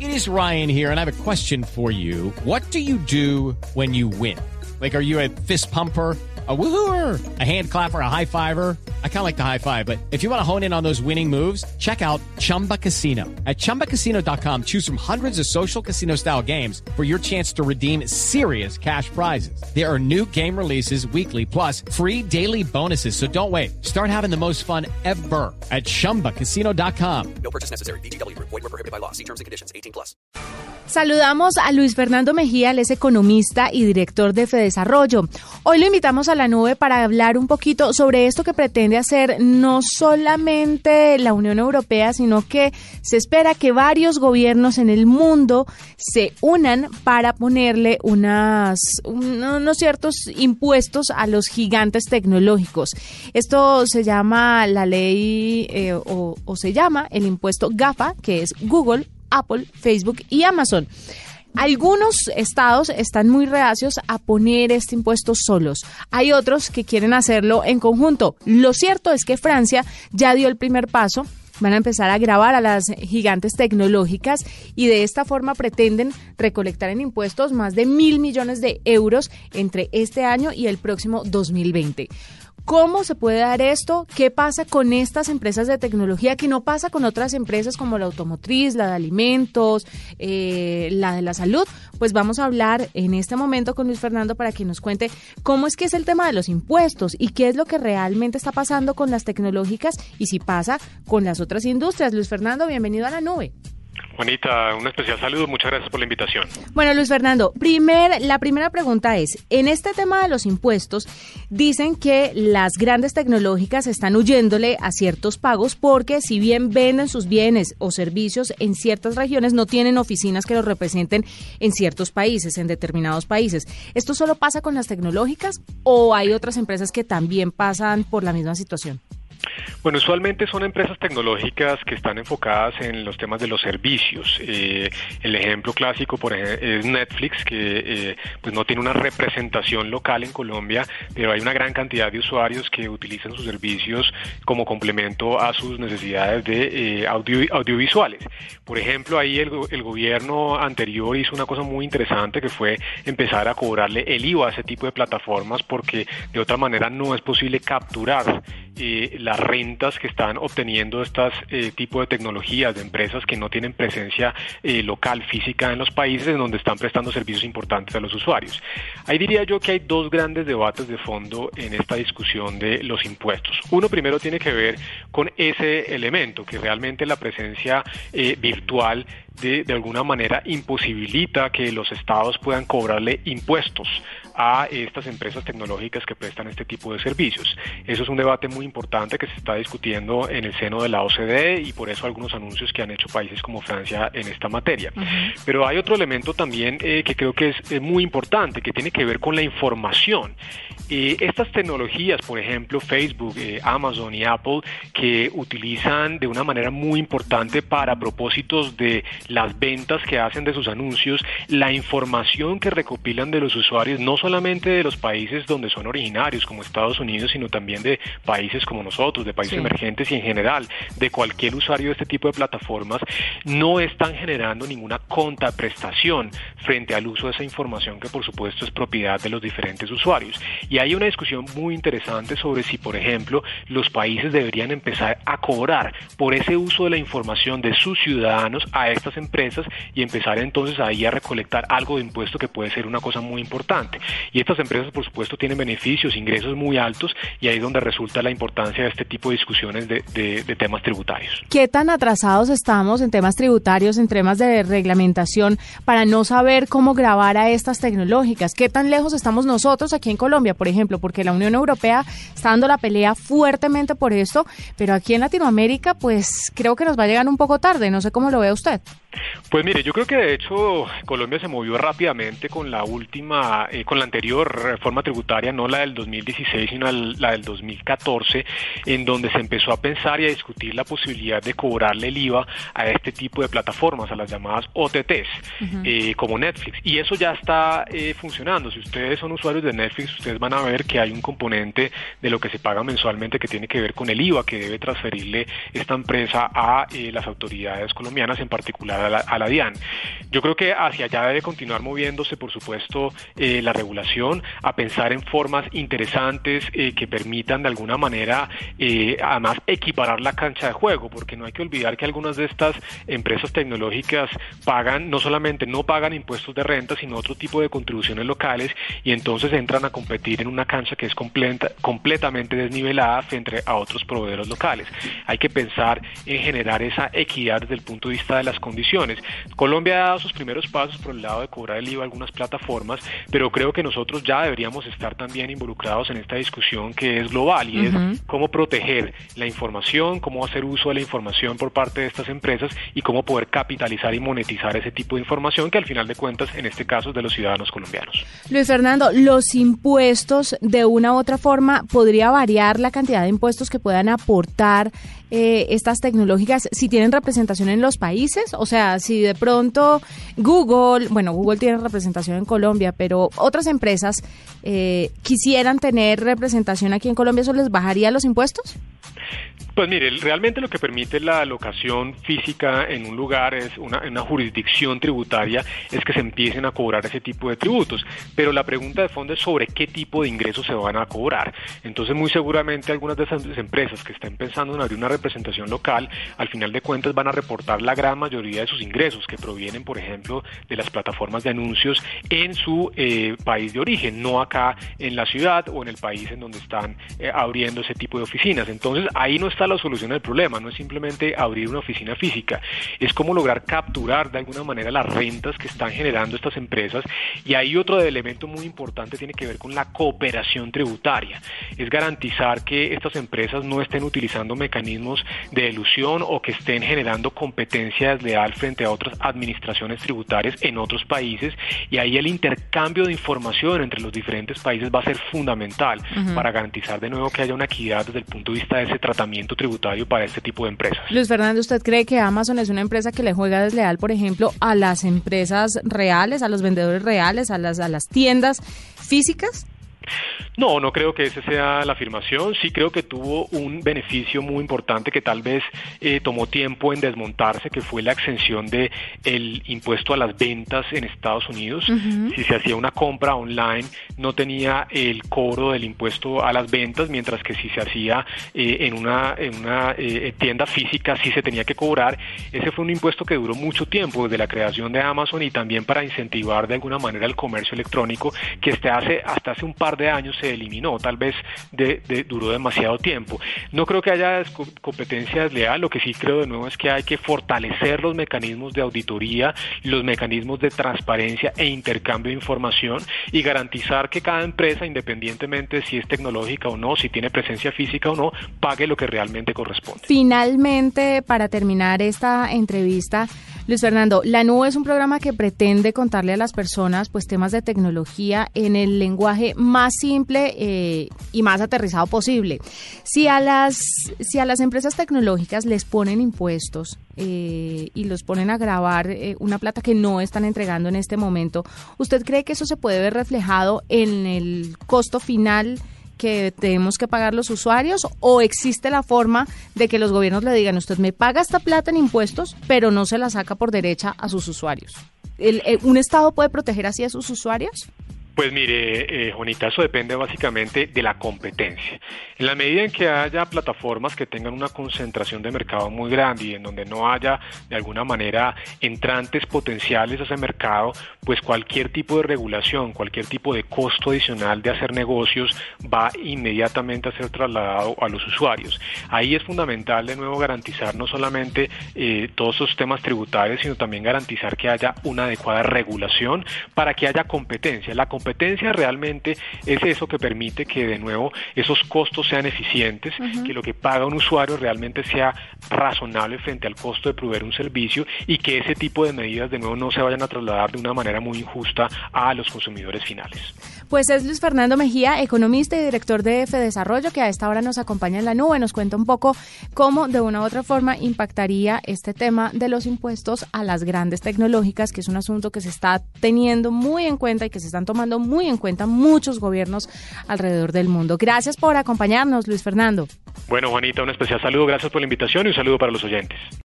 It is Ryan here, and I have a question for you. What do you do when you win? Like, are you a fist pumper, a woohooer, a hand clapper, a high fiver? I kind of like the high five, but if you want to hone in on those winning moves, check out Chumba Casino. At ChumbaCasino.com, choose from hundreds of social casino-style games for your chance to redeem serious cash prizes. There are new game releases weekly, plus free daily bonuses. So don't wait. Start having the most fun ever at ChumbaCasino.com. No purchase necessary. VGW Group. Void where prohibited by law. See terms and conditions. 18+. Saludamos a Luis Fernando Mejía, él es economista y director de Fedesarrollo. Hoy lo invitamos a la nube para hablar un poquito sobre esto que pretende hacer no solamente la Unión Europea, sino que se espera que varios gobiernos en el mundo se unan para ponerle unos ciertos impuestos a los gigantes tecnológicos. Esto se llama la ley o se llama el impuesto GAFA, que es Google, Apple, Facebook y Amazon. Algunos estados están muy reacios a poner este impuesto solos. Hay otros que quieren hacerlo en conjunto. Lo cierto es que Francia ya dio el primer paso. Van a empezar a gravar a las gigantes tecnológicas y de esta forma pretenden recolectar en impuestos más de 1.000 millones de euros entre este año y el próximo 2020. ¿Cómo se puede dar esto? ¿Qué pasa con estas empresas de tecnología que no pasa con otras empresas como la automotriz, la de alimentos, la de la salud? Pues vamos a hablar en este momento con Luis Fernando para que nos cuente cómo es que es el tema de los impuestos y qué es lo que realmente está pasando con las tecnológicas y si pasa con las otras industrias. Luis Fernando, bienvenido a la nube. Juanita, un especial saludo, muchas gracias por la invitación. Bueno, Luis Fernando, la primera pregunta es, en este tema de los impuestos, dicen que las grandes tecnológicas están huyéndole a ciertos pagos porque si bien venden sus bienes o servicios en ciertas regiones, no tienen oficinas que los representen en ciertos países, en determinados países. ¿Esto solo pasa con las tecnológicas o hay otras empresas que también pasan por la misma situación? Bueno, usualmente son empresas tecnológicas que están enfocadas en los temas de los servicios. El ejemplo clásico es Netflix, que pues no tiene una representación local en Colombia, pero hay una gran cantidad de usuarios que utilizan sus servicios como complemento a sus necesidades de audiovisuales. Por ejemplo, ahí el gobierno anterior hizo una cosa muy interesante que fue empezar a cobrarle el IVA a ese tipo de plataformas porque de otra manera no es posible capturar las rentas que están obteniendo estas tipo de tecnologías de empresas que no tienen presencia local, física en los países en donde están prestando servicios importantes a los usuarios. Ahí diría yo que hay dos grandes debates de fondo en esta discusión de los impuestos. Uno primero tiene que ver con ese elemento, que realmente la presencia virtual de alguna manera imposibilita que los estados puedan cobrarle impuestos a estas empresas tecnológicas que prestan este tipo de servicios. Eso es un debate muy importante que se está discutiendo en el seno de la OCDE y por eso algunos anuncios que han hecho países como Francia en esta materia. Uh-huh. Pero hay otro elemento también que creo que es muy importante, que tiene que ver con la información. Estas tecnologías, por ejemplo, Facebook, Amazon y Apple, que utilizan de una manera muy importante para propósitos de las ventas que hacen de sus anuncios, la información que recopilan de los usuarios, no solamente de los países donde son originarios, como Estados Unidos, sino también de países como nosotros, de países emergentes y en general, de cualquier usuario de este tipo de plataformas, no están generando ninguna contraprestación frente al uso de esa información que por supuesto es propiedad de los diferentes usuarios. Y hay una discusión muy interesante sobre si, por ejemplo, los países deberían empezar a cobrar por ese uso de la información de sus ciudadanos a estas empresas y empezar entonces ahí a recolectar algo de impuesto que puede ser una cosa muy importante. Y estas empresas, por supuesto, tienen beneficios, ingresos muy altos y ahí es donde resulta la importancia de este tipo de discusiones de temas tributarios. ¿Qué tan atrasados estamos en temas tributarios, en temas de reglamentación para no saber cómo gravar a estas tecnológicas? ¿Qué tan lejos estamos nosotros aquí en Colombia, por ejemplo? Porque la Unión Europea está dando la pelea fuertemente por esto, pero aquí en Latinoamérica, pues creo que nos va a llegar un poco tarde. No sé cómo lo ve usted. Pues mire, yo creo que de hecho Colombia se movió rápidamente con la última, con la anterior reforma tributaria, no la del 2016, sino la del 2014, en donde se empezó a pensar y a discutir la posibilidad de cobrarle el IVA a este tipo de plataformas, a las llamadas OTTs, como Netflix. Y eso ya está funcionando. Si ustedes son usuarios de Netflix, ustedes van a ver que hay un componente de lo que se paga mensualmente que tiene que ver con el IVA que debe transferirle esta empresa a las autoridades colombianas, en particular similar a la DIAN. Yo creo que hacia allá debe continuar moviéndose, por supuesto, la regulación, a pensar en formas interesantes que permitan de alguna manera, además, equiparar la cancha de juego, porque no hay que olvidar que algunas de estas empresas tecnológicas no solamente no pagan impuestos de renta, sino otro tipo de contribuciones locales, y entonces entran a competir en una cancha que es completamente desnivelada frente a otros proveedores locales. Hay que pensar en generar esa equidad desde el punto de vista de las condiciones. Colombia ha dado sus primeros pasos por el lado de cobrar el IVA a algunas plataformas, pero creo que nosotros ya deberíamos estar también involucrados en esta discusión que es global, y es cómo proteger la información, cómo hacer uso de la información por parte de estas empresas y cómo poder capitalizar y monetizar ese tipo de información que al final de cuentas, en este caso, es de los ciudadanos colombianos. Luis Fernando, los impuestos, de una u otra forma, ¿podría variar la cantidad de impuestos que puedan aportar estas tecnológicas si tienen representación en los países? O sea, si de pronto Google tiene representación en Colombia, pero otras empresas quisieran tener representación aquí en Colombia, ¿eso les bajaría los impuestos? Pues mire, realmente lo que permite la locación física en un lugar es una jurisdicción tributaria, es que se empiecen a cobrar ese tipo de tributos, pero la pregunta de fondo es sobre qué tipo de ingresos se van a cobrar. Entonces, muy seguramente algunas de esas empresas que estén pensando en abrir una representación local, al final de cuentas van a reportar la gran mayoría de sus ingresos, que provienen, por ejemplo, de las plataformas de anuncios en su país de origen, no acá en la ciudad o en el país en donde están abriendo ese tipo de oficinas. Entonces, ahí no está la solución del problema, no es simplemente abrir una oficina física, es cómo lograr capturar de alguna manera las rentas que están generando estas empresas. Y ahí otro elemento muy importante tiene que ver con la cooperación tributaria, es garantizar que estas empresas no estén utilizando mecanismos de elusión o que estén generando competencia desleal frente a otras administraciones tributarias en otros países, y ahí el intercambio de información entre los diferentes países va a ser fundamental para garantizar de nuevo que haya una equidad desde el punto de vista de ese tratamiento tributario para este tipo de empresas. Luis Fernando, ¿usted cree que Amazon es una empresa que le juega desleal, por ejemplo, a las empresas reales, a los vendedores reales, a las tiendas físicas? No creo que esa sea la afirmación. Sí creo que tuvo un beneficio muy importante que tal vez tomó tiempo en desmontarse, que fue la exención de el impuesto a las ventas en Estados Unidos. Si se hacía una compra online, no tenía el cobro del impuesto a las ventas, mientras que si se hacía en una tienda física sí se tenía que cobrar. Ese fue un impuesto que duró mucho tiempo, desde la creación de Amazon, y también para incentivar de alguna manera el comercio electrónico, que hasta hace un par de años se eliminó, tal vez duró demasiado tiempo. No creo que haya competencia desleal, lo que sí creo de nuevo es que hay que fortalecer los mecanismos de auditoría, los mecanismos de transparencia e intercambio de información, y garantizar que cada empresa, independientemente de si es tecnológica o no, si tiene presencia física o no, pague lo que realmente corresponde. Finalmente, para terminar esta entrevista, Luis Fernando, La Nube es un programa que pretende contarle a las personas pues temas de tecnología en el lenguaje más simple y más aterrizado posible. Si a las empresas tecnológicas les ponen impuestos y los ponen a grabar una plata que no están entregando en este momento, ¿usted cree que eso se puede ver reflejado en el costo final que tenemos que pagar los usuarios, o existe la forma de que los gobiernos le digan: usted me paga esta plata en impuestos, pero no se la saca por derecha a sus usuarios? ¿Un Estado puede proteger así a sus usuarios? Pues mire, Juanita, eso depende básicamente de la competencia. En la medida en que haya plataformas que tengan una concentración de mercado muy grande y en donde no haya de alguna manera entrantes potenciales a ese mercado, pues cualquier tipo de regulación, cualquier tipo de costo adicional de hacer negocios va inmediatamente a ser trasladado a los usuarios. Ahí es fundamental de nuevo garantizar no solamente todos esos temas tributarios, sino también garantizar que haya una adecuada regulación para que haya competencia. La competencia realmente es eso que permite que de nuevo esos costos sean eficientes, que lo que paga un usuario realmente sea razonable frente al costo de proveer un servicio, y que ese tipo de medidas de nuevo no se vayan a trasladar de una manera muy injusta a los consumidores finales. Pues es Luis Fernando Mejía, economista y director de Fedesarrollo, que a esta hora nos acompaña en La Nube. Nos cuenta un poco cómo de una u otra forma impactaría este tema de los impuestos a las grandes tecnológicas, que es un asunto que se está teniendo muy en cuenta y que se están tomando muy en cuenta muchos gobiernos alrededor del mundo. Gracias por acompañarnos, Luis Fernando. Bueno, Juanita, un especial saludo, gracias por la invitación y un saludo para los oyentes.